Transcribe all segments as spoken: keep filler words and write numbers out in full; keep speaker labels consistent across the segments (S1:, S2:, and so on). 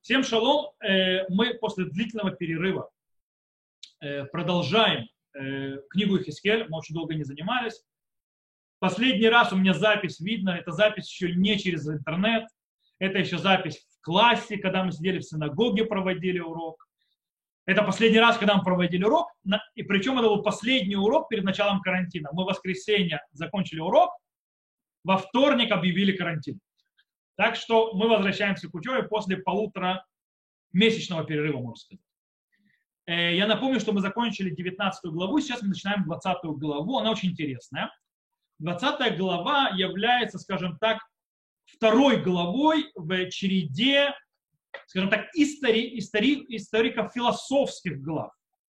S1: Всем шалом. Мы после длительного перерыва продолжаем книгу Йехескель. Мы очень долго не занимались. Последний раз у меня запись видно. Это запись еще не через интернет. Это еще запись в классе, когда мы сидели в синагоге, проводили урок. Это последний раз, когда мы проводили урок. И причем это был последний урок перед началом карантина. Мы в воскресенье закончили урок. Во вторник объявили карантин. Так что мы возвращаемся к учебе после полутора месячного перерыва, можно сказать. Я напомню, что мы закончили девятнадцатую главу, сейчас мы начинаем двадцатую главу, она очень интересная. двадцатая глава является, скажем так, второй главой в череде, скажем так, истори, истори, историко-философских глав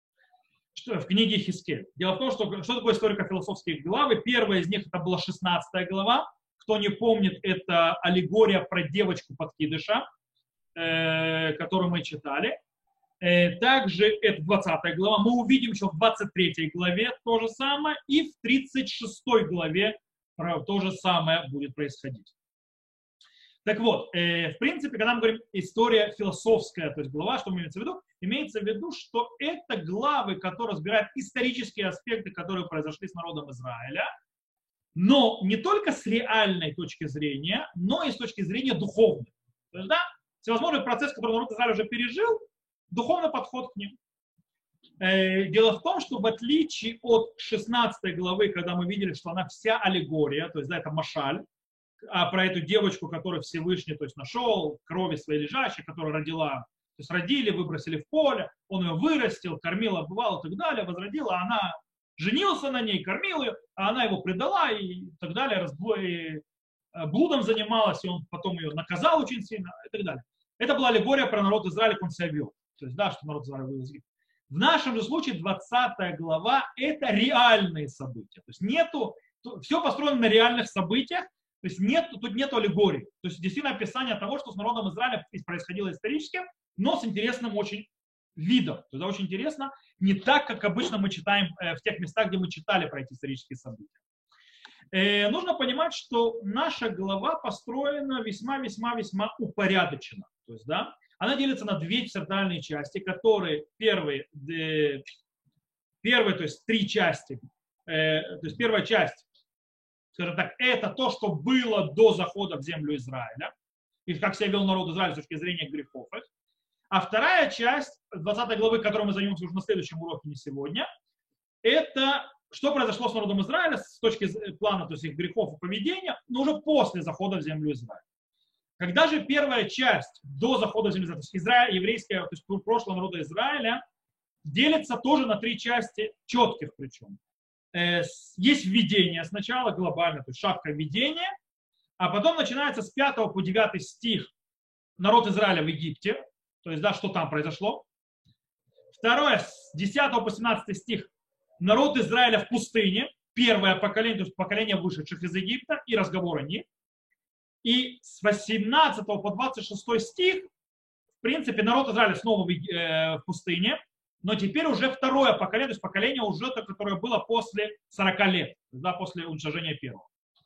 S1: в книге Йехескель. Дело в том, что что такое историко-философские главы? Первая из них это была шестнадцатая глава. Кто не помнит, это аллегория про девочку-подкидыша, э, которую мы читали. Э, также это двадцатая глава. Мы увидим еще в двадцать третьей главе то же самое. И в тридцать шестой главе то же самое будет происходить. Так вот, э, в принципе, когда мы говорим история философская, то есть глава, что имеется в виду? Имеется в виду, что это главы, которые разбирают исторические аспекты, которые произошли с народом Израиля, но не только с реальной точки зрения, но и с точки зрения духовной. То есть, да, всевозможный процесс, который народ Израиля уже пережил, духовный подход к ним. Дело в том, что в отличие от шестнадцатой главы, когда мы видели, что она вся аллегория, то есть, да, это машаль, а про эту девочку, которую Всевышний, то есть, нашел, крови своей лежащей, которая родила, то есть родили, выбросили в поле, он ее вырастил, кормил, обувал и так далее, возродила, она женился на ней, кормил ее, а она его предала и так далее, разбой, блудом занималась, и он потом ее наказал очень сильно и так далее. Это была аллегория про народ Израиля, как он себя вел. То есть, да, что народ Израиля вывел из Египта. В нашем же случае двадцатая глава – это реальные события. То есть нету, все построено на реальных событиях, то есть нет, тут нету аллегории. То есть действительно описание того, что с народом Израиля происходило исторически, но с интересным очень видом. То есть, да, очень интересно, не так, как обычно мы читаем в тех местах, где мы читали про эти исторические события. Э, нужно понимать, что наша глава построена весьма-весьма-весьма упорядоченно. То есть, да, она делится на две центральные части, которые первые, э, первые то есть три части, э, то есть первая часть, скажем так, это то, что было до захода в землю Израиля, и как себя вел народ Израиля с точки зрения грехов их. А вторая часть двадцатой главы, которой мы займемся уже на следующем уроке, не сегодня, это что произошло с народом Израиля с точки плана, то есть их грехов и поведения, но уже после захода в землю Израиля. Когда же первая часть до захода в землю Израиля, то есть Израиль, еврейская, то есть прошлого народа Израиля, делится тоже на три части, четких причем. Есть введение сначала, глобально, то есть шапка введения, а потом начинается с пятого по девятый стих народ Израиля в Египте, то есть, да, что там произошло. Второе, с десятого по семнадцатый стих, народ Израиля в пустыне, первое поколение, то есть поколение вышедших из Египта, и разговор о них. И с восемнадцатого по двадцать шестой стих, в принципе, народ Израиля снова в, э, в пустыне, но теперь уже второе поколение, то есть поколение уже то, которое было после сорока лет, да, после уничтожения первого.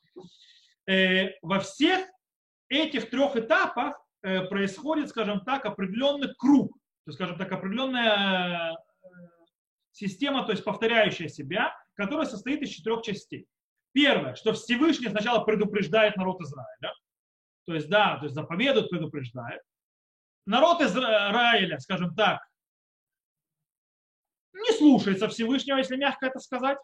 S1: Э, во всех этих трех этапах происходит, скажем так, определенный круг, то есть, скажем так, определенная система, то есть повторяющая себя, которая состоит из четырех частей. Первое, что Всевышний сначала предупреждает народ Израиля, то есть, да, то есть заповедует, предупреждает. Народ Израиля, скажем так, не слушается Всевышнего, если мягко это сказать.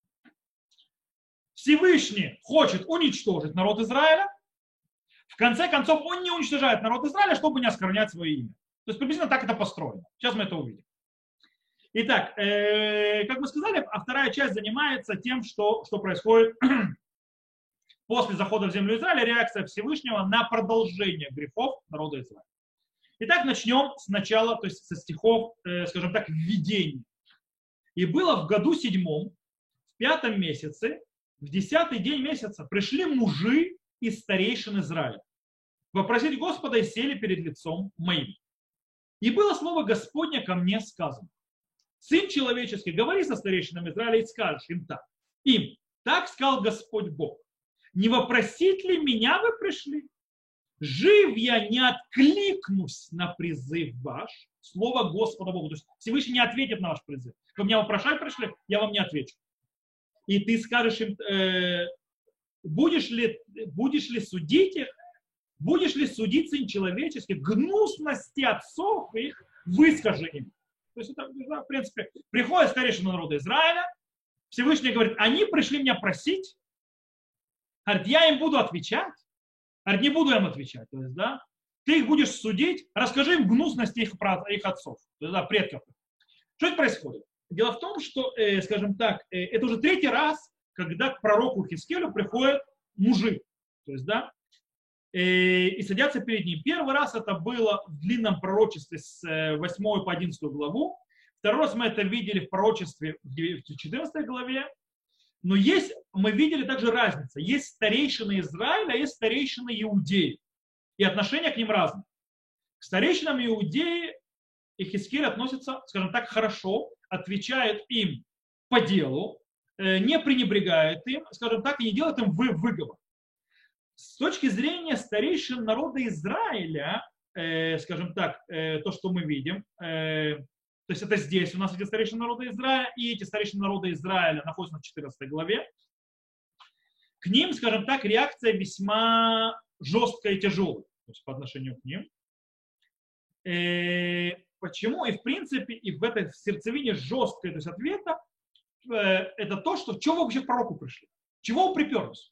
S1: Всевышний хочет уничтожить народ Израиля. В конце концов, он не уничтожает народ Израиля, чтобы не осквернять свое имя. То есть приблизительно так это построено. Сейчас мы это увидим. Итак, э, как мы сказали, а вторая часть занимается тем, что, что происходит после захода в землю Израиля, реакция Всевышнего на продолжение грехов народа Израиля. Итак, начнем сначала, то есть со стихов, э, скажем так, введения. «И было в году седьмом, в пятом месяце, в десятый день месяца пришли мужи из старейшин Израиля вопросить Господа и сели перед лицом моим. И было слово Господне ко мне сказано: Сын человеческий, говори со старейшинами Израиля и скажешь им так. Им, так сказал Господь Бог, не вопросить ли меня вы пришли? жив я не откликнусь на призыв ваш, слово Господа Бога. То есть Всевышний не ответит на ваш призыв. Вы меня вопрошать пришли, я вам не отвечу. И ты скажешь им, э, будешь, ли, будешь ли судить их, будешь ли судить сын человеческий, гнусности отцов их выскажи им. То есть это, в принципе, приходит старейшина народа Израиля, Всевышний говорит, они пришли меня просить, говорит, я им буду отвечать, говорит, не буду им отвечать. То есть, да, ты их будешь судить, расскажи им гнусности их, их отцов, то есть, да, предков. Что это происходит? Дело в том, что, э, скажем так, э, это уже третий раз, когда к пророку Хискелю приходят мужи, то есть, да, э, и садятся перед ним. Первый раз это было в длинном пророчестве с восьмой по одиннадцатую главу. Второй раз мы это видели в пророчестве в четырнадцатой главе. Но есть, мы видели также разницу. Есть старейшины Израиля, а есть старейшины Иудеи. И отношения к ним разные. К старейшинам Иудеи Хискель относится, скажем так, хорошо, отвечает им по делу, не пренебрегает им, скажем так, и не делает им выговор. С точки зрения старейшин народа Израиля, скажем так, то, что мы видим, то есть это здесь у нас эти старейшины народа Израиля, и эти старейшины народа Израиля находятся в четырнадцатой главе. К ним, скажем так, реакция весьма жесткая и тяжелая, то есть по отношению к ним. И почему? И в принципе, и в этой сердцевине жесткой, то есть ответа, это то, что чего вы вообще к пророку пришли? Чего вы приперлись?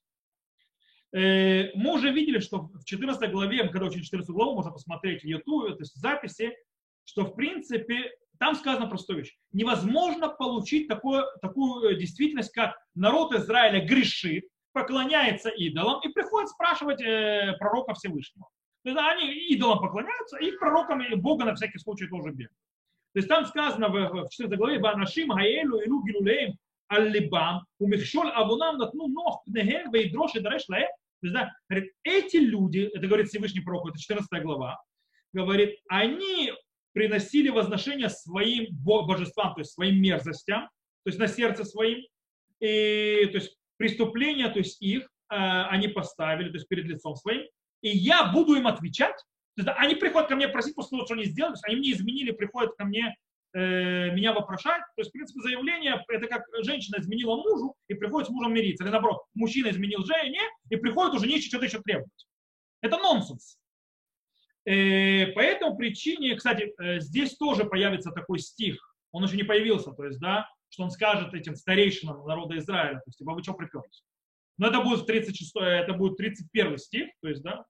S1: Мы уже видели, что в четырнадцатой главе, когда учили четырнадцатую главу, можно посмотреть в YouTube, то есть в записи, что в принципе там сказано простую вещь. Невозможно получить такое, такую действительность, как народ Израиля грешит, поклоняется идолам и приходит спрашивать э, пророка Всевышнего. То есть они идолам поклоняются, и к пророкам и Бога на всякий случай тоже бегают. То есть там сказано в четырнадцатой главе «Ванашим хаэлю илу гилулеем аллибам умихшоль авунам натну нох пнегем вейдрош и дареш лаэ». То есть, да, говорит, эти люди, это говорит Всевышний пророк, это четырнадцатая глава, говорит, они приносили возношение своим божествам, то есть своим мерзостям, то есть на сердце своим, и, то есть преступления, то есть их э, они поставили, то есть перед лицом своим, и я буду им отвечать. То есть, да, они приходят ко мне просить после того, что они сделали, то есть они мне изменили, приходят ко мне, э, меня вопрошать. То есть, в принципе, заявление, это как женщина изменила мужу и приходит с мужем мириться, или наоборот, мужчина изменил жене и приходит уже нечего что-то еще требовать. Это нонсенс. По этому причине, кстати, здесь тоже появится такой стих, он еще не появился, то есть, да, что он скажет этим старейшинам народа Израиля, то есть, типа, вы что приперлись? Но это будет тридцать шестой, это будет тридцать первый стих, то есть, да,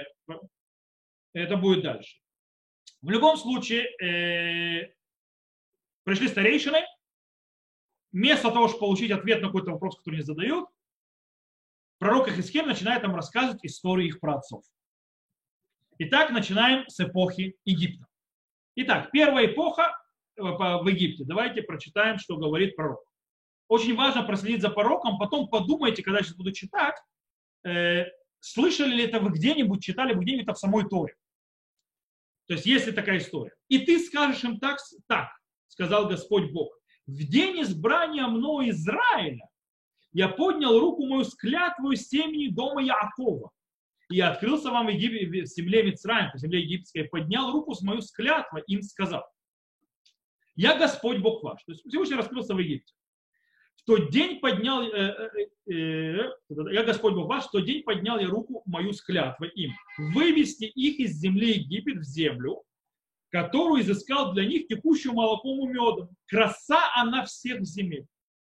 S1: это будет дальше. В любом случае, пришли старейшины, вместо того, чтобы получить ответ на какой-то вопрос, который они задают, пророк Хискель начинает нам рассказывать истории их праотцов. Итак, начинаем с эпохи Египта. Итак, первая эпоха в Египте. Давайте прочитаем, что говорит пророк. Очень важно проследить за пророком, потом подумайте, когда я сейчас буду читать, э, слышали ли это вы где-нибудь, читали вы где-нибудь в самой Торе. То есть, есть ли такая история. И ты скажешь им так, так, сказал Господь Бог, в день избрания мною Израиля я поднял руку мою с клятвою семени дома Яакова. И я открылся вам в, Егип... в земле Мицраим, в земле египетской, поднял руку с мою с клятвой, им сказал, я Господь Бог ваш. То есть Всевышний раскрылся в Египте. В тот день поднял, э, э, э, я Господь Бог ваш, в тот день поднял я руку мою с клятвой им, вывести их из земли Египет в землю, которую изыскал для них текущую молоком и медом. Краса она всех земель.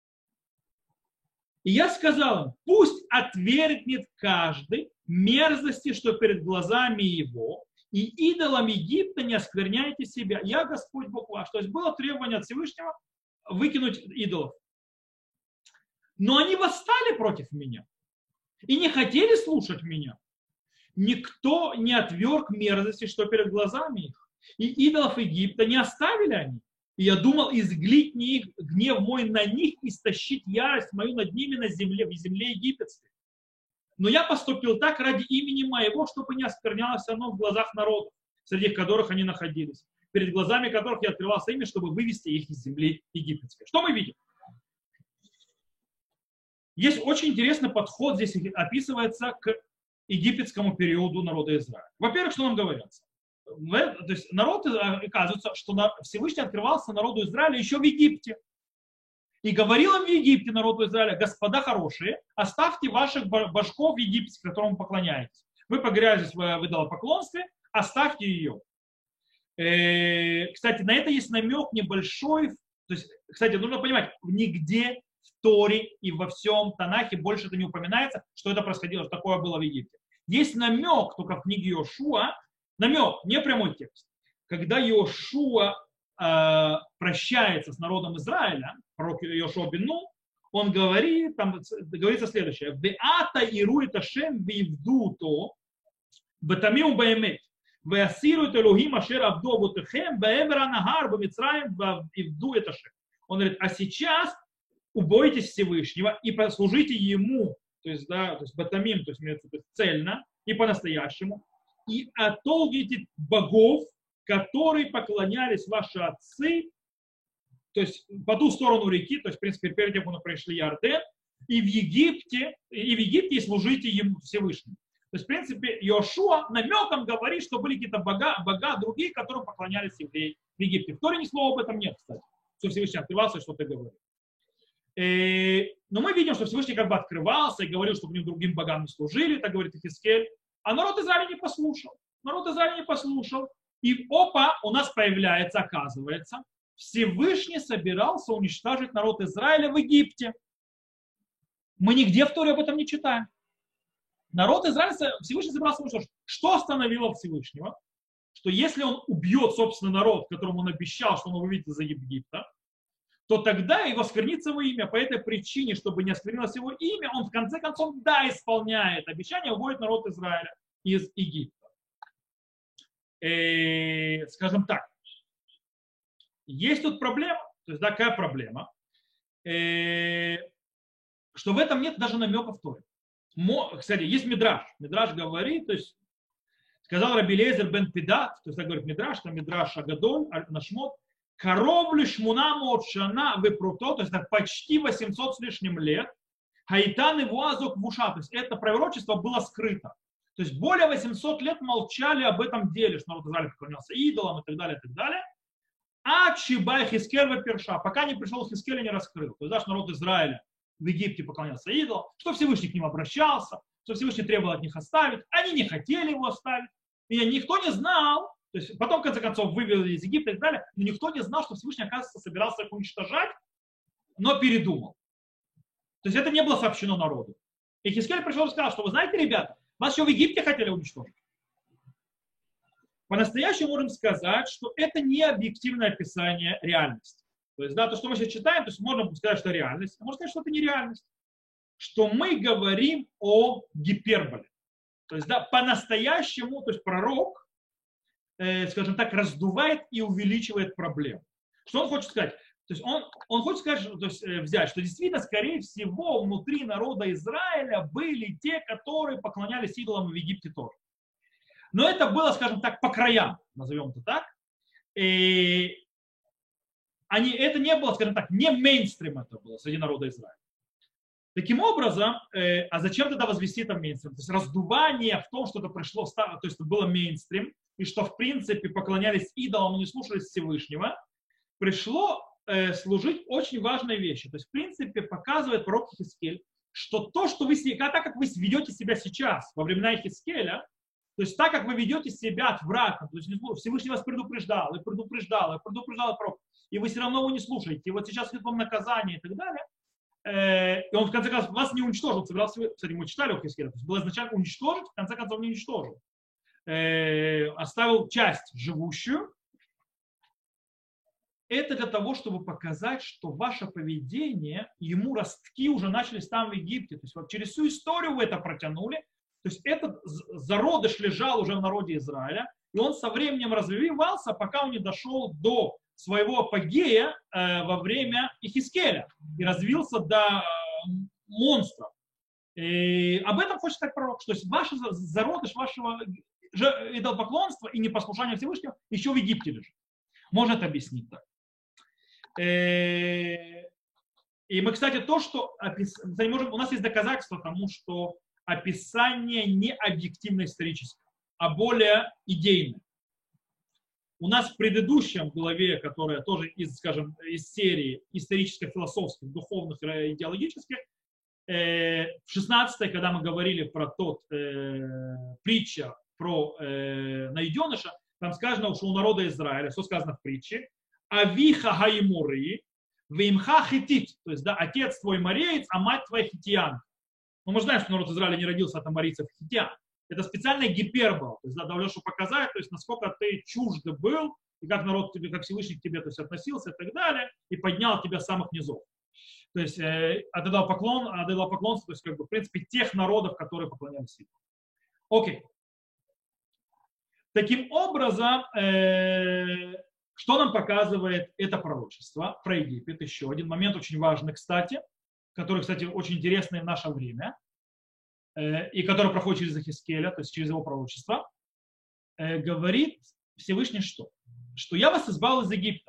S1: И я сказал им, пусть отвергнет каждый мерзости, что перед глазами его, и идолам Египта не оскверняйте себя. Я Господь Бог ваш. То есть было требование от Всевышнего выкинуть идолов. Но они восстали против меня и не хотели слушать меня. Никто не отверг мерзости, что перед глазами их. И идолов Египта не оставили они. И я думал, изглить их гнев мой на них, истощить ярость мою над ними на земле, в земле египетской. Но я поступил так ради имени моего, чтобы не осквернялось оно в глазах народов, среди которых они находились, перед глазами которых я открывался ими, чтобы вывести их из земли египетской. Что мы видим? Есть очень интересный подход, здесь описывается к египетскому периоду народа Израиля. Во-первых, что нам говорится? То есть народ, оказывается, что Всевышний открывался народу Израиля еще в Египте. И говорил им в Египте, народу Израиля: господа хорошие, оставьте ваших башков египетских, которым вы поклоняетесь. Вы погрязились в идолопоклонстве, оставьте ее. Кстати, на это есть намек небольшой. То есть, кстати, нужно понимать, нигде в Торе и во всем Танахе больше это не упоминается, что это происходило, что такое было в Египте. Есть намек только в книге Йошуа, намек, не прямой текст. Когда Йошуа э, прощается с народом Израиля, пророк Йошуа бен Нун, он говорит, там говорится следующее: «Беата ирует Ашем вивдуто, бетамим баэмет, веасирует Элохим ашер авду авотехем, баэмера нагар бамицраим вивду это Ашем». Он говорит: а сейчас убойтесь Всевышнего и послужите Ему, то есть, да, то есть батамим, то есть, то есть цельно и по-настоящему, и отолгните богов, которые поклонялись ваши отцы, то есть по ту сторону реки, то есть, в принципе, перед тем, как мы пришли Иорден, и в Египте, и в Египте и служите Ему Всевышнему. То есть, в принципе, Йошуа намеком говорит, что были какие-то бога, бога другие, которым поклонялись евреи в Египте. В Торе ни слова об этом нет, кстати. Что Всевышний открывался, что-то говорит. Но мы видим, что Всевышний как бы открывался и говорил, чтобы они другим богам не служили, так говорит Ихискель. А народ Израиля не послушал. Народ Израиля не послушал. И опа, у нас появляется, оказывается, Всевышний собирался уничтожить народ Израиля в Египте. Мы нигде в Торе об этом не читаем. Народ Израиля, Всевышний собирался уничтожить. Что остановило Всевышнего? Что если он убьет собственный народ, которому он обещал, что он выведет из Египта, то тогда его осквернится его имя. По этой причине, чтобы не осквернилось его имя, он в конце концов, да, исполняет обещание, уводит народ Израиля из Египта. И, скажем так, есть тут проблема. То есть, да, какая проблема? И, что в этом нет даже намека в Торе. Кстати, есть Мидраш. Мидраш говорит, то есть, сказал Раби Элиэзер бен Пидат, то есть, так говорит Мидраш, там Мидраш Агадоль, Нашмот, коровлю шмунаму от шана выпруто, то есть это почти восемьсот с лишним лет, хайтан и вуазок в уша, то есть это пророчество было скрыто. То есть более восьмисот лет молчали об этом деле, что народ Израиля поклонялся идолам и так далее, и так далее. А Чибай Хискель ваперша, пока не пришел Хискель и не раскрыл. То есть даже народ Израиля в Египте поклонялся идолам, что Всевышний к ним обращался, что Всевышний требовал от них оставить. Они не хотели его оставить. И никто не знал. То есть потом, в конце концов, вывели из Египта и так далее, но никто не знал, что Всевышний, оказывается, собирался их уничтожать, но передумал. То есть это не было сообщено народу. И Хискель пришел и сказал, что вы знаете, ребята, вас еще в Египте хотели уничтожить. По-настоящему можем сказать, что это не объективное описание реальности. То есть, да, то, что мы сейчас читаем, то есть можно сказать, что реальность, а можно сказать, что это не реальность. Что мы говорим о гиперболе. То есть, да, по-настоящему, то есть пророк, скажем так, раздувает и увеличивает проблему. Что он хочет сказать? То есть он, он хочет сказать, что, то есть, взять, что действительно, скорее всего, внутри народа Израиля были те, которые поклонялись идолам в Египте тоже. Но это было, скажем так, по краям, назовем это так. И они, это не было, скажем так, не мейнстрим это было среди народа Израиля. Таким образом, э, а зачем тогда возвести это в мейнстрим? То есть раздувание в том, что это пришло, то есть это было мейнстрим, и что в принципе поклонялись идолам и не слушались Всевышнего, пришло э, служить очень важной вещи. То есть в принципе показывает пророк Хискель, что то, что вы, так как вы ведете себя сейчас, во времена Хискеля, то есть так как вы ведете себя отвратно, то есть Всевышний вас предупреждал, и предупреждал, и предупреждал пророк, и вы все равно его не слушаете, и вот сейчас идет вам наказание и так далее, и он в конце концов вас не уничтожил, собирался, кстати, мы читали у Хискеля, то есть было изначально уничтожить, в конце концов не уничтожил. Оставил часть живущую. Это для того, чтобы показать, что ваше поведение, ему ростки уже начались там в Египте. То есть вот через всю историю вы это протянули. То есть этот зародыш лежал уже в народе Израиля, и он со временем развивался, пока он не дошел до своего апогея э, во время Ихискеля и развился до э, монстра. И об этом хочет сказать пророк, что ваш зародыш вашего идолопоклонства и непослушания Всевышнего еще в Египте лежит. Может объяснить так. И мы, кстати, то, что у нас есть доказательства тому, что описание не объективно-историческое, а более идейное. У нас в предыдущем главе, которая тоже из, скажем, из серии историческо-философских, духовных и идеологических, э, в шестнадцатой, когда мы говорили про тот э, притча про э, найденыша, там сказано, что у народа Израиля, что сказано в притче, «Авиха хаймури, вимха хитит», то есть, да, отец твой мореец, а мать твоя хитиян. Ну, мы знаем, что народ Израиля не родился от аморийцев хитян. Это специальная гипербола, то есть, да, чтобы показать, то есть, насколько ты чужд был, и как народ тебе, как Всевышний к тебе, то есть, относился и так далее, и поднял тебя с самых низов. То есть, э, отдал поклон, отдал поклонство, то есть, как бы, в принципе, тех народов, которые поклонялись ему. Окей. Таким образом, э, что нам показывает это пророчество про Египет? Еще один момент очень важный, кстати, который, кстати, очень интересный в наше время, и который проходит через Ихискеля, то есть через его пророчество, говорит Всевышний что? Что я вас избрал из Египта.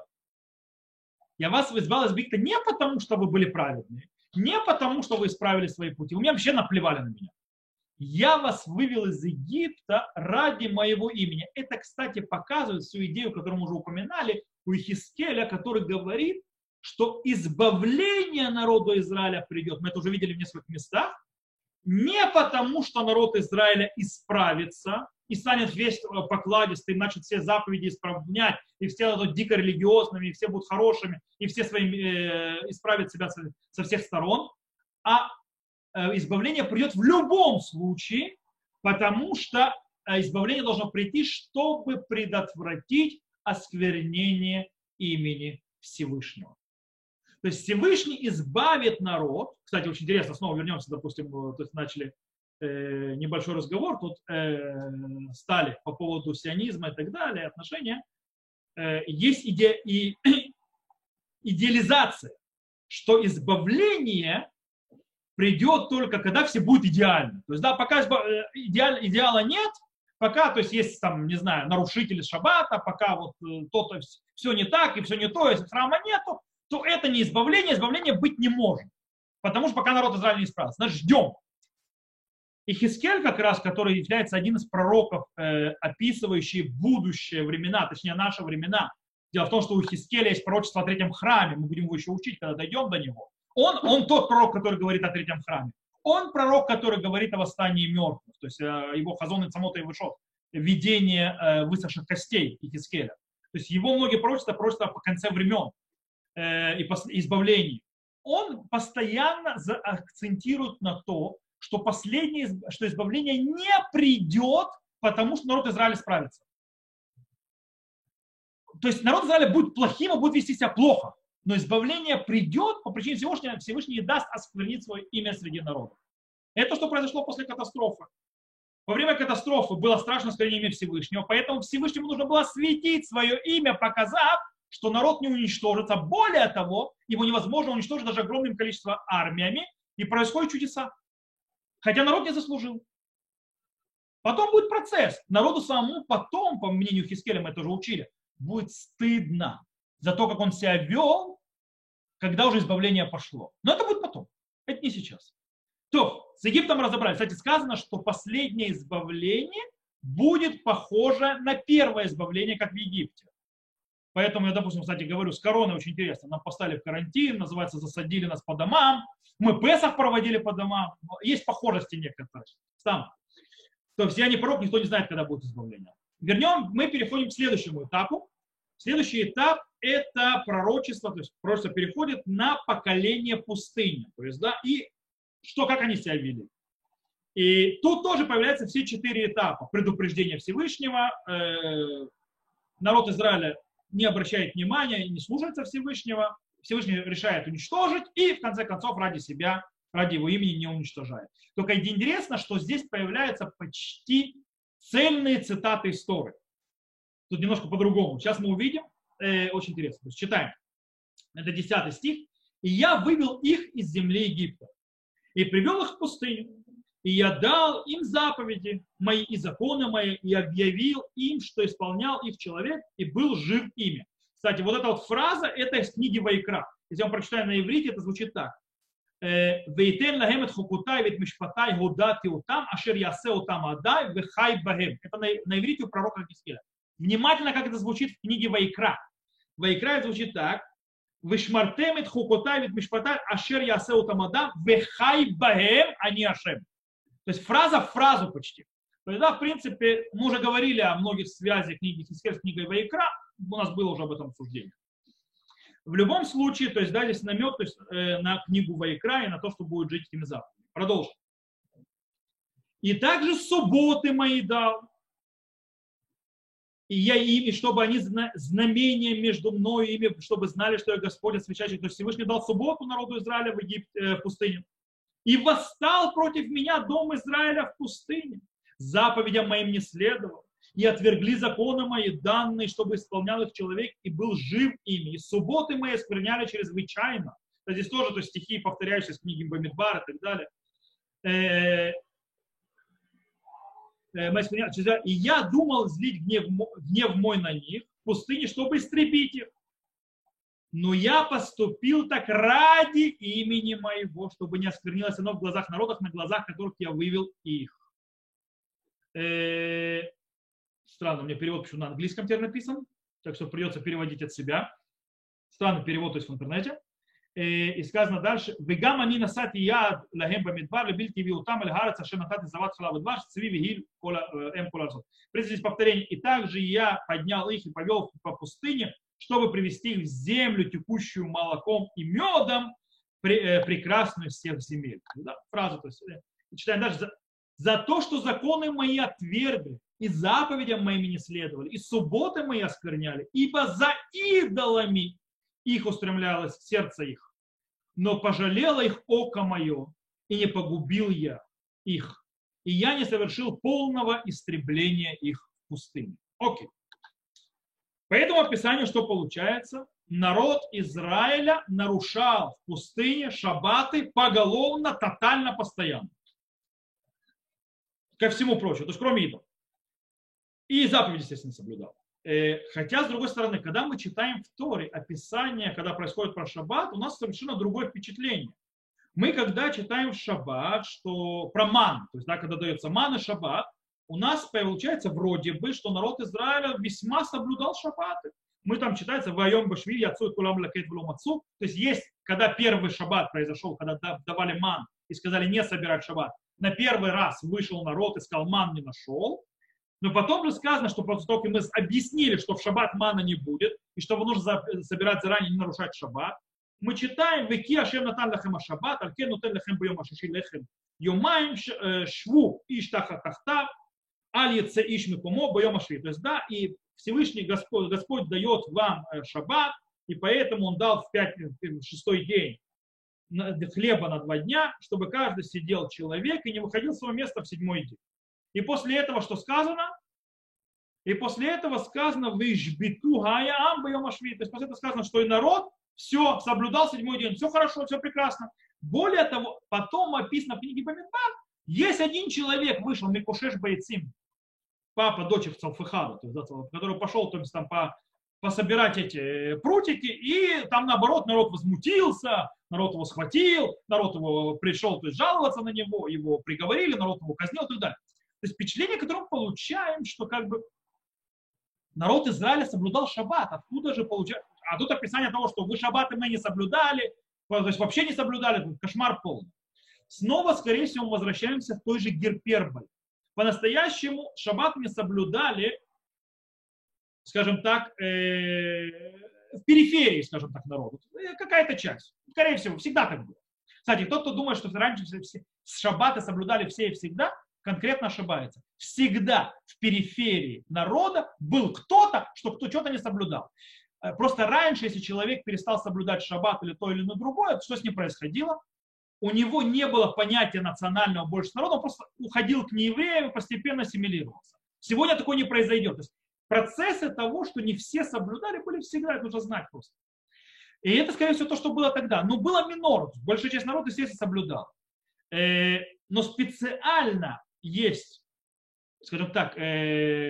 S1: Я вас избрал из Египта не потому, что вы были праведные, не потому, что вы исправили свои пути. У меня вообще наплевали на меня. Я вас вывел из Египта ради моего имени. Это, кстати, показывает всю идею, которую мы уже упоминали, у Ихискеля, который говорит, что избавление народу Израиля придет. Мы это уже видели в нескольких местах. Не потому, что народ Израиля исправится и станет весь покладистый, начнет все заповеди исправлять, и все будут дико религиозными, и все будут хорошими, и все своим, э, исправят себя со, со всех сторон, а э, избавление придет в любом случае, потому что э, избавление должно прийти, чтобы предотвратить осквернение имени Всевышнего. То есть Всевышний избавит народ. Кстати, очень интересно, снова вернемся, допустим, то есть начали э, небольшой разговор, тут э, стали по поводу сионизма и так далее, отношения. Э, есть иде, и, идеализация, что избавление придет только когда все будет идеально. То есть, да, пока идеал, идеала нет, пока, то есть, есть там, не знаю, нарушители шаббата, пока вот то-то все не так и все не то, если храма нету, то это не избавление, избавление быть не может. Потому что пока народ Израиля не исправится. Значит, ждем. И Хискель как раз, который является один из пророков, э, описывающий будущее времена, точнее наши времена. Дело в том, что у Хискеля есть пророчество о третьем храме. Мы будем его еще учить, когда дойдем до него. Он, он тот пророк, который говорит о третьем храме. Он пророк, который говорит о восстании мертвых. То есть э, его Хазон и Цамот и Вышот. Видение э, высохших костей Хискеля. То есть его многие пророчества, пророчества по конце времен и избавлений, он постоянно акцентирует на то, что последнее, что избавление не придет, потому что народ Израиля справится. То есть народ Израиля будет плохим и будет вести себя плохо, но избавление придет по причине Всевышнего, Всевышний не даст осквернить свое имя среди народов. Это что произошло после катастрофы. Во время катастрофы было страшно осквернение имя Всевышнего, поэтому Всевышнему нужно было осветить свое имя, показав, что народ не уничтожится. Более того, его невозможно уничтожить даже огромным количеством армиями, и происходят чудеса. Хотя народ не заслужил. Потом будет процесс. Народу самому потом, по мнению Хискеля, мы это уже учили, будет стыдно за то, как он себя вел, когда уже избавление пошло. Но это будет потом. Это не сейчас. То, с Египтом разобрались. Кстати, сказано, что последнее избавление будет похоже на первое избавление, как в Египте. Поэтому я, допустим, кстати, говорю, с короной очень интересно. Нам поставили в карантин, называется, засадили нас по домам. Мы Песах проводили по домам. Есть похожести некоторые. Там. То есть я не пророк, никто не знает, когда будет избавление. Вернем, мы переходим к следующему этапу. Следующий этап – это пророчество. То есть пророчество переходит на поколение пустыни. То есть, да, и что, как они себя вели. И тут тоже появляются все четыре этапа. Предупреждение Всевышнего, э, народ Израиля не обращает внимания и не слушается Всевышнего, Всевышний решает уничтожить и в конце концов ради себя, ради его имени не уничтожает. Только интересно, что здесь появляются почти цельные цитаты из Торы. Тут немножко по-другому. Сейчас мы увидим. Э, очень интересно. То есть читаем. Это десятый стих. «И я вывел их из земли Египта и привел их в пустыню. И я дал им заповеди мои и законы мои, и объявил им, что исполнял их человек, и был жив ими». Кстати, вот эта вот фраза, это из книги Вайкра. Если я вам прочитаю на иврите, это звучит так. Вейтен лагем эт хукутай вет мишпатай гудати утам, ашер ясе утам адай вехай багем. Это на, на иврите у пророка Хискеля. Внимательно, как это звучит в книге Вайкра. Вайкра звучит так. Вишмартем эт хукутай вет мишпатай, ашер ясе утам адай вехай багем, а не ашем. То есть фраза в фразу почти. То есть, да, в принципе, мы уже говорили о многих связях книги Хискеля с книгой Вайкра. У нас было уже об этом обсуждение. В любом случае, то есть, да, здесь намек то есть, э, на книгу Вайкра и на то, что будет жить этими заповедями. Продолжим. И также субботы мои дал. И я ими, чтобы они знамения между мною и ими, чтобы знали, что я Господь освящающий. То есть Всевышний дал субботу народу Израиля в Египте, э, в пустыне. И восстал против меня дом Израиля в пустыне. Заповедям моим не следовал. И отвергли законы мои данные, чтобы исполнял их человек и был жив ими. И субботы мои оскверняли чрезвычайно. То здесь тоже то есть, стихи, повторяющиеся с книги Бамидбар и так далее. И я думал злить гнев, гнев мой на них в пустыне, чтобы истребить их. Но я поступил так ради имени моего, чтобы не осквернилось оно в глазах народов, на глазах которых я вывел их. Странно, у меня перевод почему на английском теперь написан, так что придется переводить от себя. Странный перевод, то есть в интернете. И сказано дальше: «Вегам они насати яд лагем бамидбар лебиль тиви утам эль гарец ашем натати зават халав дваш цви вигиль эм коларзот». Прежде здесь повторение. «И также я поднял их и повел по пустыне, чтобы привести их в землю, текущую молоком и медом, прекрасную из всех земель». Да, фраза, то есть читаем дальше. За, «За то, что законы мои отвергли, и заповедям моими не следовали, и субботы мои оскверняли, ибо за идолами их устремлялось сердце их. Но пожалело их око мое, и не погубил я их. И я не совершил полного истребления их в пустыне». Окей. По этому описанию что получается? Народ Израиля нарушал в пустыне шаббаты поголовно, тотально, постоянно. Ко всему прочему, то есть кроме идолов. И заповедь, естественно, соблюдал. Хотя, с другой стороны, когда мы читаем в Торе описание, когда происходит про шаббат, у нас совершенно другое впечатление. Мы, когда читаем в шаббат, что про ман, то есть, да, когда дается ман и шаббат, у нас получается вроде бы, что народ Израиля весьма соблюдал шаббаты. Мы там читается «Вайом башвиль яцу кулам лакет влом отцу». То есть есть, когда первый шаббат произошел, когда давали ман и сказали не собирать шаббат, на первый раз вышел народ, искал ман, не нашел. Но потом же сказано, что после того, как мы объяснили, что в шаббат мана не будет, и что нужно собирать заранее, не нарушать шаббат, мы читаем «Веки ашем натан лахем ашаббат, алькен нутен лахем бьем ашиши лехем, йомаем шву иштаха тахтав, аль яце иш микумо бьем ашви». То есть, да, и Всевышний Господь, Господь дает вам шаббат, и поэтому Он дал в, пятый, в шестой день хлеба на два дня, чтобы каждый сидел человек и не выходил с своего места в седьмой день. И после этого что сказано? И после этого сказано «Вишбиту гая ам бьем ашви». То есть после этого сказано, что и народ все соблюдал седьмой день. Все хорошо, все прекрасно. Более того, потом описано в книге Бамидбар, есть один человек вышел, Микушеш Байцим, папа дочери Цалфыхада, который пошел то есть, там, по, пособирать эти прутики, и там наоборот народ возмутился, народ его схватил, народ его пришел то есть, жаловаться на него, его приговорили, народ его казнил и так далее. То есть впечатление, которое мы получаем, что как бы народ Израиля соблюдал шаббат. Откуда же получается? А тут описание того, что вы шаббаты мы не соблюдали, то есть вообще не соблюдали, кошмар полный. Снова, скорее всего, мы возвращаемся к той же гиперболе. По-настоящему шаббат не соблюдали, скажем так, э, в периферии, скажем так, народу. Какая-то часть. Скорее всего, всегда так было. Кстати, тот, кто думает, что раньше все шаббаты соблюдали все и всегда, конкретно ошибается. Всегда в периферии народа был кто-то, что кто что-то не соблюдал. Просто раньше, если человек перестал соблюдать шаббат или то или на другое, что с ним происходило? У него не было понятия национального больше народа, он просто уходил к неевреям и постепенно ассимилировался. Сегодня такое не произойдет. То есть процессы того, что не все соблюдали, были всегда, это нужно знать просто. И это, скорее всего, то, что было тогда. Но было минор, большая часть народа, естественно, соблюдала. Но специально есть, скажем так, э,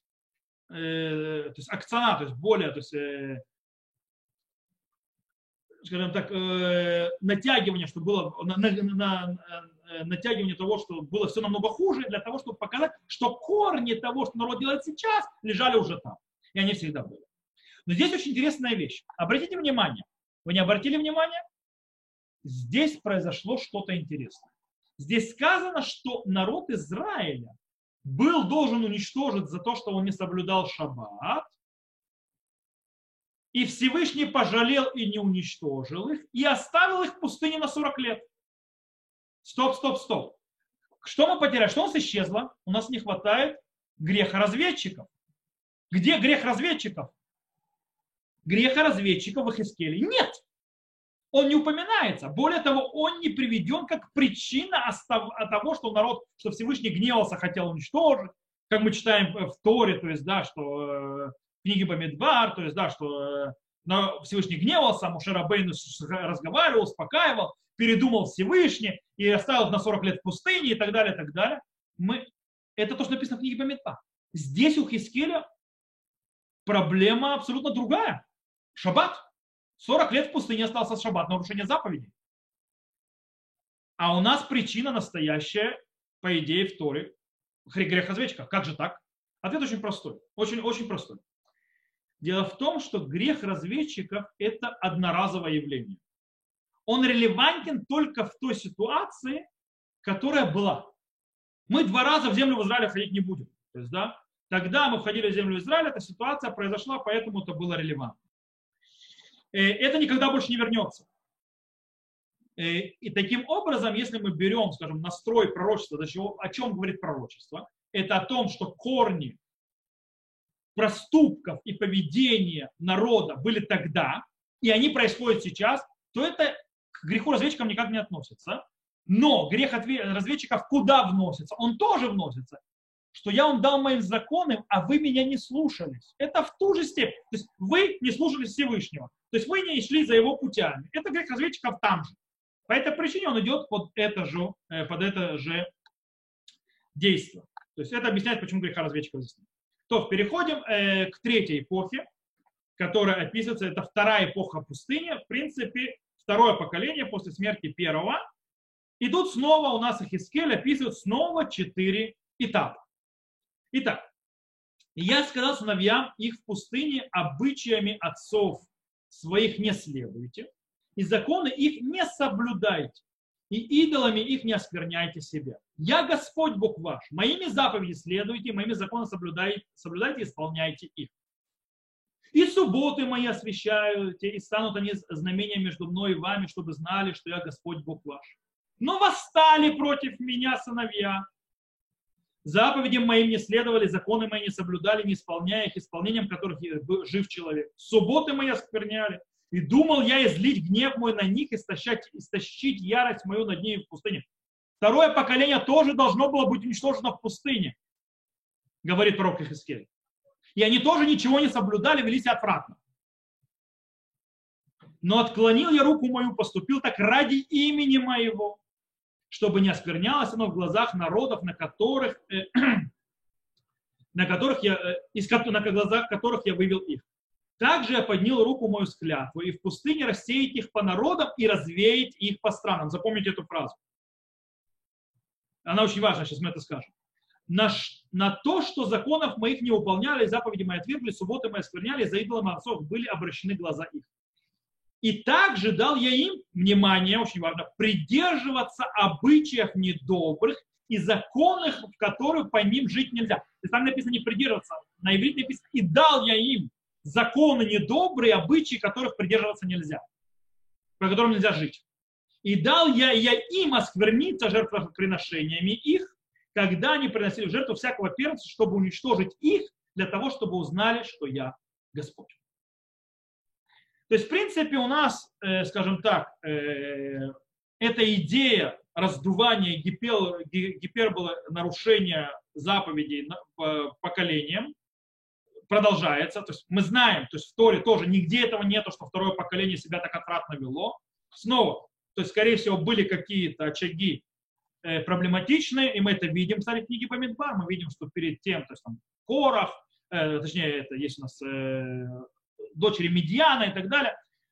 S1: э, то есть акцент, то есть более, то есть, э, скажем так, э, натягивание, что было, на, на, на, натягивание того, что было все намного хуже, для того, чтобы показать, что корни того, что народ делает сейчас, лежали уже там. И они всегда были. Но здесь очень интересная вещь. Обратите внимание. Вы не обратили внимания? Здесь произошло что-то интересное. Здесь сказано, что народ Израиля был должен уничтожить за то, что он не соблюдал шаббат, и Всевышний пожалел и не уничтожил их, и оставил их в пустыне на сорок лет. Стоп, стоп, стоп. Что мы потеряли? Что у нас исчезло? У нас не хватает греха разведчиков. Где грех разведчиков? Греха разведчиков в Ихискеле нет. Он не упоминается. Более того, он не приведен как причина того, что народ, что Всевышний гневался, хотел уничтожить. Как мы читаем в Торе, то есть, да, что в книге Бамидбар, то есть, да, что Всевышний гневался, Моше Рабейну разговаривал, успокаивал, передумал Всевышний и оставил их на сорок лет в пустыне и так далее, и так далее. Мы... Это то, что написано в книге Бамидбар. Здесь у Хискеля проблема абсолютно другая. Шаббат. сорок лет в пустыне остался шаббат, нарушение заповедей. А у нас причина настоящая, по идее, в Торе. Грех разведчиков. Как же так? Ответ очень простой. Очень, очень простой. Дело в том, что грех разведчиков – это одноразовое явление. Он релевантен только в той ситуации, которая была. Мы два раза в землю в Израиле входить не будем. То есть, да, тогда мы входили в землю Израиля, эта ситуация произошла, поэтому это было релевантно. Это никогда больше не вернется. И таким образом, если мы берем, скажем, настрой пророчества, о чем говорит пророчество, это о том, что корни проступков и поведения народа были тогда, и они происходят сейчас, то это к греху разведчикам никак не относится. Но грех разведчиков куда вносится? Он тоже вносится. Что я вам дал моим законам, а вы меня не слушались. Это в ту же степень. То есть вы не слушались Всевышнего. То есть вы не шли за его путями. Это грех разведчиков там же. По этой причине он идет под это же, под это же действие. То есть это объясняет, почему греха разведчиков здесь нет. То переходим э, к третьей эпохе, которая описывается. Это вторая эпоха пустыни. В принципе, второе поколение после смерти первого. И тут снова у нас Ихискель описывает снова четыре этапа. Итак, я сказал сыновьям их в пустыне, обычаями отцов своих не следуйте, и законы их не соблюдайте, и идолами их не оскверняйте себя. Я Господь Бог ваш, моими заповеди следуйте, моими законами соблюдайте, соблюдайте и исполняйте их. И субботы мои освящаете, и станут они знамением между мной и вами, чтобы знали, что я Господь Бог ваш. Но восстали против меня сыновья, заповедям моим не следовали, законы мои не соблюдали, не исполняя их, исполнением которых жив человек. Субботы мои оскверняли, и думал я излить гнев мой на них, истощать, истощить ярость мою над ними в пустыне. Второе поколение тоже должно было быть уничтожено в пустыне, говорит пророк Ихискель. И они тоже ничего не соблюдали, вели себя отвратно. Но отклонил я руку мою, поступил так ради имени моего, чтобы не осквернялось оно в глазах народов, на которых, э, на, которых я, э, из, на глазах которых я вывел их. Также я поднял руку мою с клятвой, и в пустыне рассеять их по народам и развеять их по странам. Запомните эту фразу. Она очень важна, сейчас мы это скажем. На, на то, что законов моих не выполняли, заповеди мои отвергли, субботы мои оскверняли, за идолами отцов были обращены глаза их. И также дал я им, внимание, очень важно, придерживаться обычаев недобрых и законов, в которых по ним жить нельзя. То есть там написано не придерживаться, на иврите написано, и дал я им законы недобрые, обычаи, которых придерживаться нельзя, по которым нельзя жить. И дал я, я им оскверниться жертвоприношениями их, когда они приносили в жертву всякого первенца, чтобы уничтожить их, для того, чтобы узнали, что я Господь. То есть, в принципе, у нас, э, скажем так, э, эта идея раздувания гипер, гиперболы, нарушения заповедей поколением продолжается. То есть мы знаем, то есть в Торе тоже нигде этого нету, что второе поколение себя так отвратно вело. Снова, то есть, скорее всего, были какие-то очаги э, проблематичные, и мы это видим, кстати, в книге Бамидбар, мы видим, что перед тем, то есть там Корах, э, точнее, это есть у нас э, дочери Медиана и так далее,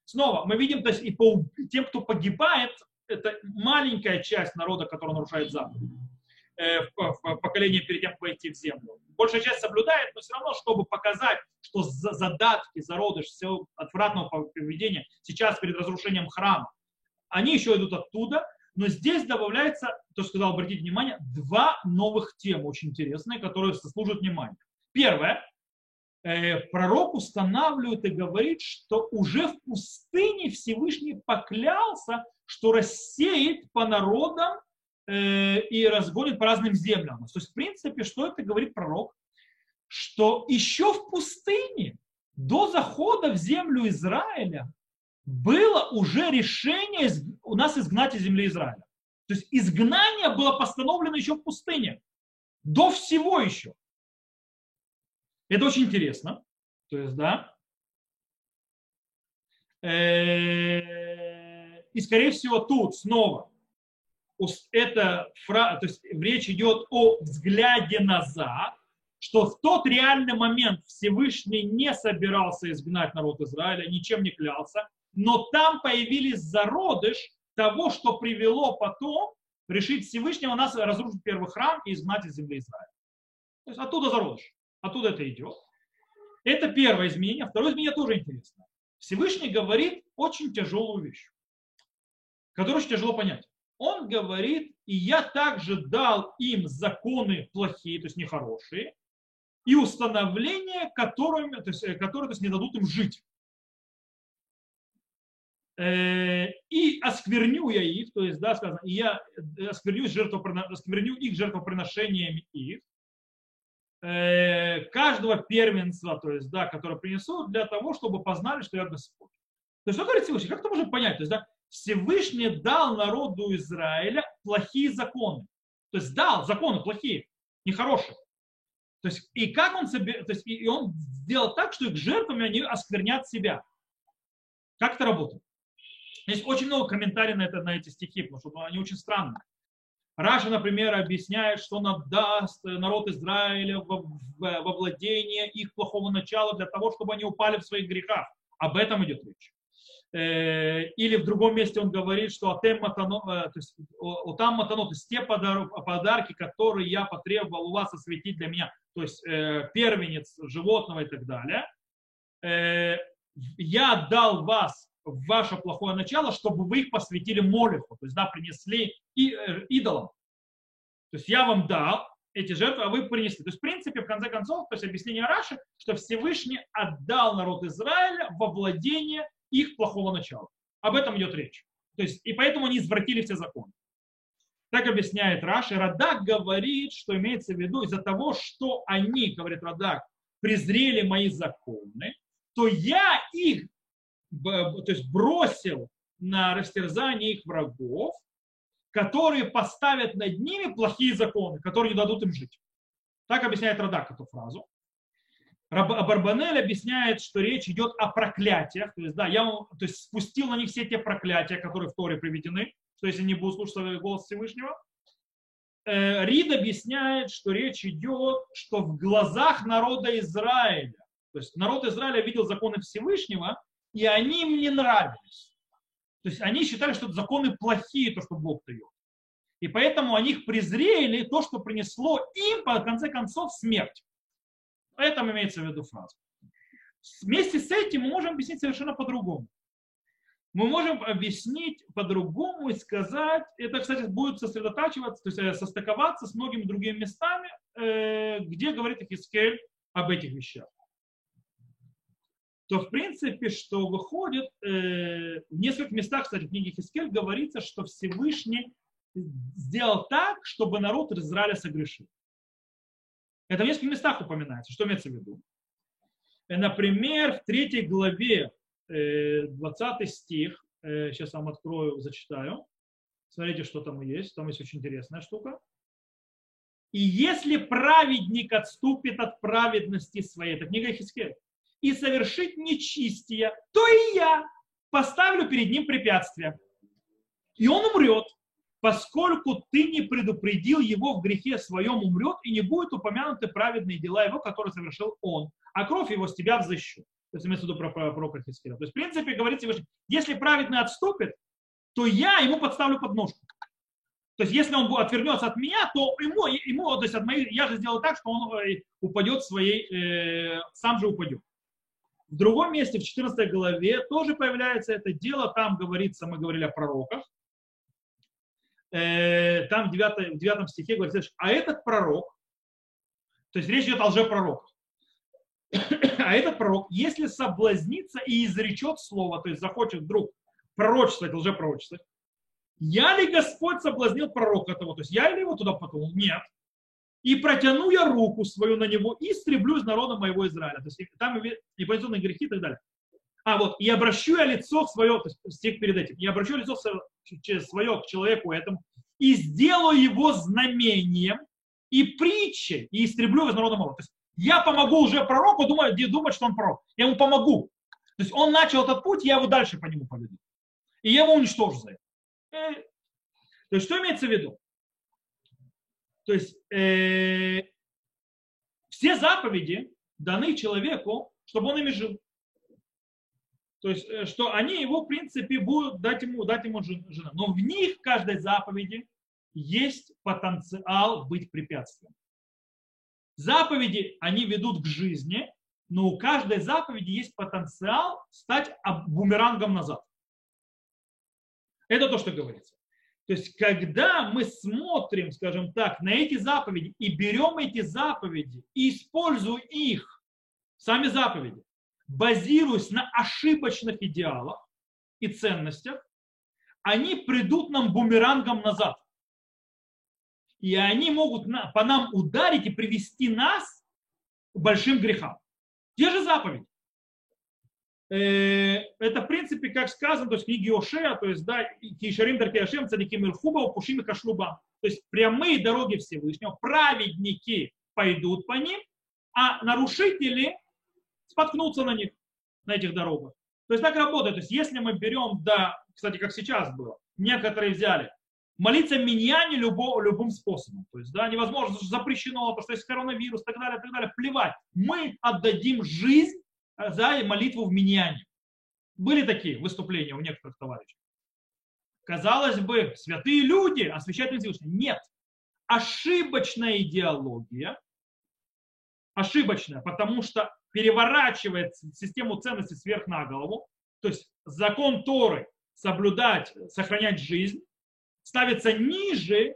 S1: снова мы видим, то есть и по тем, кто погибает, это маленькая часть народа, который нарушает заповедь. В поколение перед тем, как войти в землю. Большая часть соблюдает, но все равно, чтобы показать, что за задатки, зародыш всего отвратного поведения сейчас перед разрушением храма, они еще идут оттуда, но здесь добавляется, то, что сказал, обратите внимание, два новых темы очень интересные, которые заслуживают внимания. Первое. Пророк устанавливает и говорит, что уже в пустыне Всевышний поклялся, что рассеет по народам и разгонит по разным землям. То есть, в принципе, что это говорит пророк? Что еще в пустыне, до захода в землю Израиля, было уже решение у нас изгнать из земли Израиля. То есть изгнание было постановлено еще в пустыне. До всего еще. Это очень интересно. То есть, да. И, скорее всего, тут снова это, то есть речь идет о взгляде назад, что в тот реальный момент Всевышний не собирался изгнать народ Израиля, ничем не клялся, но там появились зародыш того, что привело потом решить Всевышнего нас разрушить первый храм и изгнать из земли Израиля. То есть оттуда зародыш, оттуда это идет. Это первое изменение. Второе изменение тоже интересно. Всевышний говорит очень тяжелую вещь, которую очень тяжело понять. Он говорит, и я также дал им законы плохие, то есть нехорошие, и установления, которыми, то есть, которые то есть, не дадут им жить. И оскверню я их, то есть, да, сказано, и я оскверню, жертвоприно... оскверню их жертвоприношениями их, каждого первенства, то есть, да, которое принесут, для того, чтобы познали, что я Господь. То есть, что говорит Всевышний? Как это можно понять? То есть, да, Всевышний дал народу Израиля плохие законы. То есть дал законы плохие, нехорошие. То есть, и как он себе, то есть, и он сделал так, что их жертвами они осквернят себя. Как это работает? Есть очень много комментариев на, это, на эти стихи, потому что они очень странные. Раша, например, объясняет, что он отдаст народ Израиля во, во владение их плохого начала для того, чтобы они упали в своих грехах. Об этом идет речь. Или в другом месте он говорит, что атем матано, то есть, отам матано, то есть те подарки, которые я потребовал у вас осветить для меня, то есть первенец животного и так далее, я отдал вас в ваше плохое начало, чтобы вы их посвятили молитву, то есть да, принесли и, идолам. То есть я вам дал эти жертвы, а вы принесли. То есть в принципе, в конце концов, то есть объяснение Раши, что Всевышний отдал народ Израиля во владение их плохого начала. Об этом идет речь. То есть, и поэтому они извратили все законы. Так объясняет Раши. Радак говорит, что имеется в виду из-за того, что они, говорит Радак, презрели мои законы, то я их то есть, бросил на растерзание их врагов, которые поставят над ними плохие законы, которые не дадут им жить. Так объясняет Радак эту фразу. Барбанель объясняет, что речь идет о проклятиях. То есть, да, я то есть, спустил на них все те проклятия, которые в Торе приведены, что если не будут слушать голос Всевышнего. Рид объясняет, что речь идет, что в глазах народа Израиля, то есть народ Израиля видел законы Всевышнего, и они им не нравились. То есть они считали, что это законы плохие, то, что Бог дает. И поэтому они их презрели, то, что принесло им, по конце концов, смерть. Это имеется в виду фраза. Вместе с этим мы можем объяснить совершенно по-другому. Мы можем объяснить по-другому и сказать, это, кстати, будет сосредотачиваться, то есть состыковаться с многими другими местами, где говорит Ихискель об этих вещах. То, в принципе, что выходит, в нескольких местах, кстати, в книге Ихискель говорится, что Всевышний сделал так, чтобы народ Израиля согрешил. Это в нескольких местах упоминается. Что имеется в виду? Например, в третьей главе, двадцатый стих, сейчас вам открою, зачитаю. Смотрите, что там есть. Там есть очень интересная штука. И если праведник отступит от праведности своей, это книга Ихискель, и совершит нечистие, то и я поставлю перед ним препятствие. И он умрет. Поскольку ты не предупредил его в грехе своем, умрет, и не будут упомянуты праведные дела его, которые совершил он, а кровь его с тебя взыщу. То есть имеется в виду про пророка Хискеля. То есть, в принципе, говорится, если праведный отступит, то я ему подставлю подножку. То есть, если он отвернется от меня, то ему, ему то есть от моей, я же сделаю так, что он упадет своей, э, сам же упадет. В другом месте, в четырнадцатой главе, тоже появляется это дело. Там говорится, мы говорили о пророках. Э, там в девятом, в девятом стихе говорится, а этот пророк, то есть речь идет о лжепророках, а этот пророк, если соблазнится и изречет слово, то есть захочет вдруг пророчествовать, лжепророчествовать, я ли Господь соблазнил пророка того? То есть я ли его туда потянул? Нет. И протяну я руку свою на него и истреблю из народа моего Израиля. То есть там непонятные грехи и так далее. А вот, и обращу я лицо свое, то есть стих перед этим, и обращу лицо свое к человеку этому, и сделаю его знамением и притчей, и истреблю из народа моего. То есть я помогу уже пророку, думать, думать, что он пророк. Я ему помогу. То есть он начал этот путь, я его дальше по нему поведу. И я его уничтожу за это. То есть что имеется в виду? То есть э, все заповеди даны человеку, чтобы он ими жил. То есть, э, что они его, в принципе, будут дать ему, дать ему жена. Но в них, в каждой заповеди, есть потенциал быть препятствием. Заповеди, они ведут к жизни, но у каждой заповеди есть потенциал стать бумерангом назад. Это то, что говорится. То есть, когда мы смотрим, скажем так, на эти заповеди и берем эти заповеди и используем их, сами заповеди, базируясь на ошибочных идеалах и ценностях, они придут нам бумерангом назад. И они могут по нам ударить и привести нас к большим грехам. Те же заповеди. Это, в принципе, как сказано, то есть в книге Ошея, то есть, да, Кишарим Даркеашем, Цадиким Ирхуба, Упушим и Кашлуба. То есть прямые дороги Всевышнего, праведники пойдут по ним, а нарушители споткнутся на них, на этих дорогах. То есть так работает. То есть если мы берем, да, кстати, как сейчас было, некоторые взяли, молиться миньяне любо, любым способом. То есть, да, невозможно, запрещено, потому что есть коронавирус, так далее, так далее, плевать. Мы отдадим жизнь за молитву в миньяне. Были такие выступления у некоторых товарищей. Казалось бы, святые люди освящают Всевышнего. Нет. Ошибочная идеология, ошибочная, потому что переворачивает систему ценностей сверх на голову, то есть закон Торы соблюдать, сохранять жизнь, ставится ниже,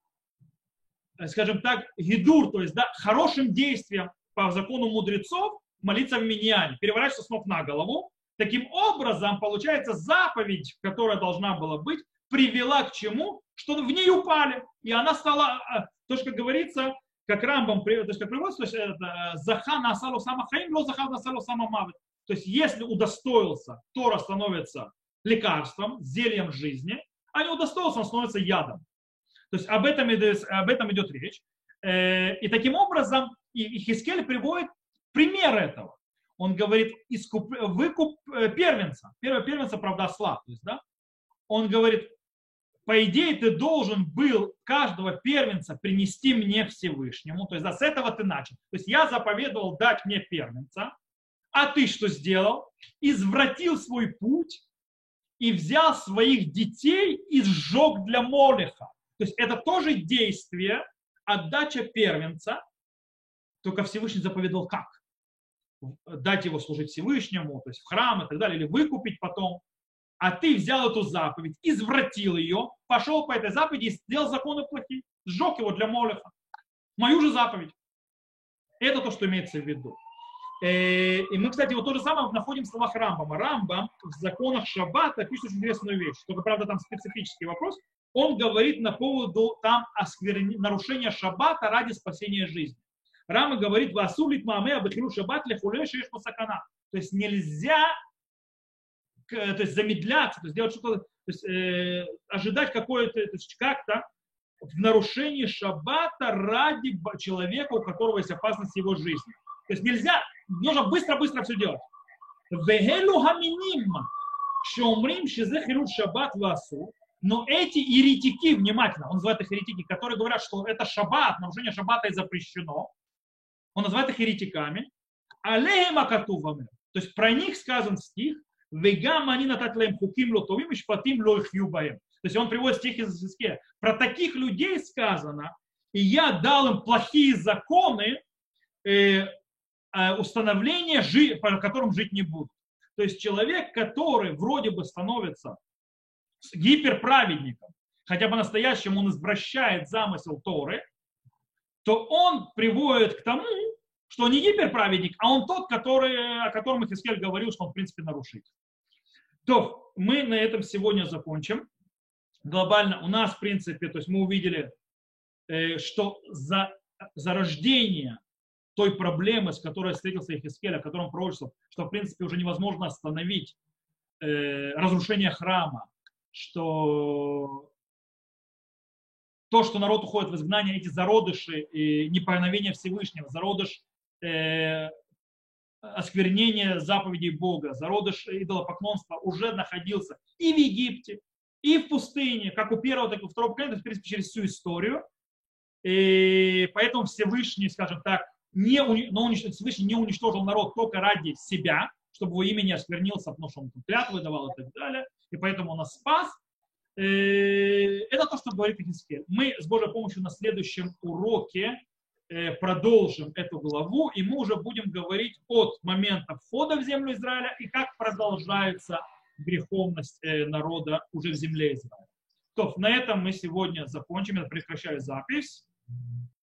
S1: скажем так, гидур, то есть, да, хорошим действием по закону мудрецов молиться в миньяне, переворачивается с ног на голову. Таким образом, получается, заповедь, которая должна была быть, привела к чему? Что в ней упали. И она стала, то, что говорится, как Рамбам, то есть, как приводится, то есть, заха на асалу сама хаим, ло заха на асалу сама мавит. То есть, если удостоился, Тора становится лекарством, зельем жизни, а не удостоился, он становится ядом. То есть, об этом, об этом идет речь. И таким образом, и Хискель приводит пример этого. Он говорит, искуп, выкуп первенца. Первый первенца, правда, осла. То есть, да? Он говорит, по идее, ты должен был каждого первенца принести мне Всевышнему. То есть, да, с этого ты начал. То есть, я заповедовал дать мне первенца, а ты что сделал? Извратил свой путь и взял своих детей и сжег для Молеха. То есть, это тоже действие, отдача первенца, только Всевышний заповедовал как? Дать его служить Всевышнему, то есть в храм и так далее, или выкупить потом. А ты взял эту заповедь, извратил ее, пошел по этой заповеди и сделал законы плохие, сжег его для Молеха. Мою же заповедь. Это то, что имеется в виду. И мы, кстати, вот то же самое находим в словах Рамбама. Рамбам в законах Шаббата пишет очень интересную вещь, только, правда, там специфический вопрос. Он говорит на поводу там оскверни... нарушения Шаббата ради спасения жизни. Рама говорит, васулит маме абахиру шаббат лехуле шееш масакана. То есть нельзя, то есть замедляться, то есть делать что-то, то есть э, ожидать какое-то, то есть как-то в нарушении шаббата ради человека, у которого есть опасность его жизни. То есть нельзя, нужно быстро-быстро все делать. Вегелу хаминим, шомрим шизе хилут шаббат васу. Но эти еретики, внимательно, он называет их еретики, которые говорят, что это шаббат, нарушение шаббата и запрещено. Он называет их еретиками. Алейма катувами. То есть про них сказан стих «Вегам они нататлем хуким лотовим и шпатим лохью баем». То есть он приводит стих из Хискеля. Про таких людей сказано, и я дал им плохие законы, э, э, установления, жи, по которым жить не будут. То есть человек, который вроде бы становится гиперправедником, хотя по-настоящему он извращает замысел Торы, то он приводит к тому, что не гиперправедник, а он тот, который, о котором Хискель говорил, что он в принципе нарушитель. То мы на этом сегодня закончим. Глобально у нас в принципе, то есть мы увидели, что за зарождение той проблемы, с которой встретился Хискель, о котором пророчествовал, что в принципе уже невозможно остановить э, разрушение храма, что то, что народ уходит в изгнание, эти зародыши и неповиновения Всевышнего, зародыш э, осквернения заповедей Бога, зародыш идолопоклонства уже находился и в Египте, и в пустыне, как у первого, так и у второго поколения, в принципе, через всю историю. И поэтому Всевышний, скажем так, не, но Всевышний не уничтожил народ только ради себя, чтобы его имя не осквернился, потому что он клятвы давал и так далее. И поэтому он нас спас. Это то, что говорит Хискель. Мы с Божьей помощью на следующем уроке продолжим эту главу, и мы уже будем говорить от момента входа в землю Израиля и как продолжается греховность народа уже в земле Израиля. То, на этом мы сегодня закончим. Я прекращаю запись.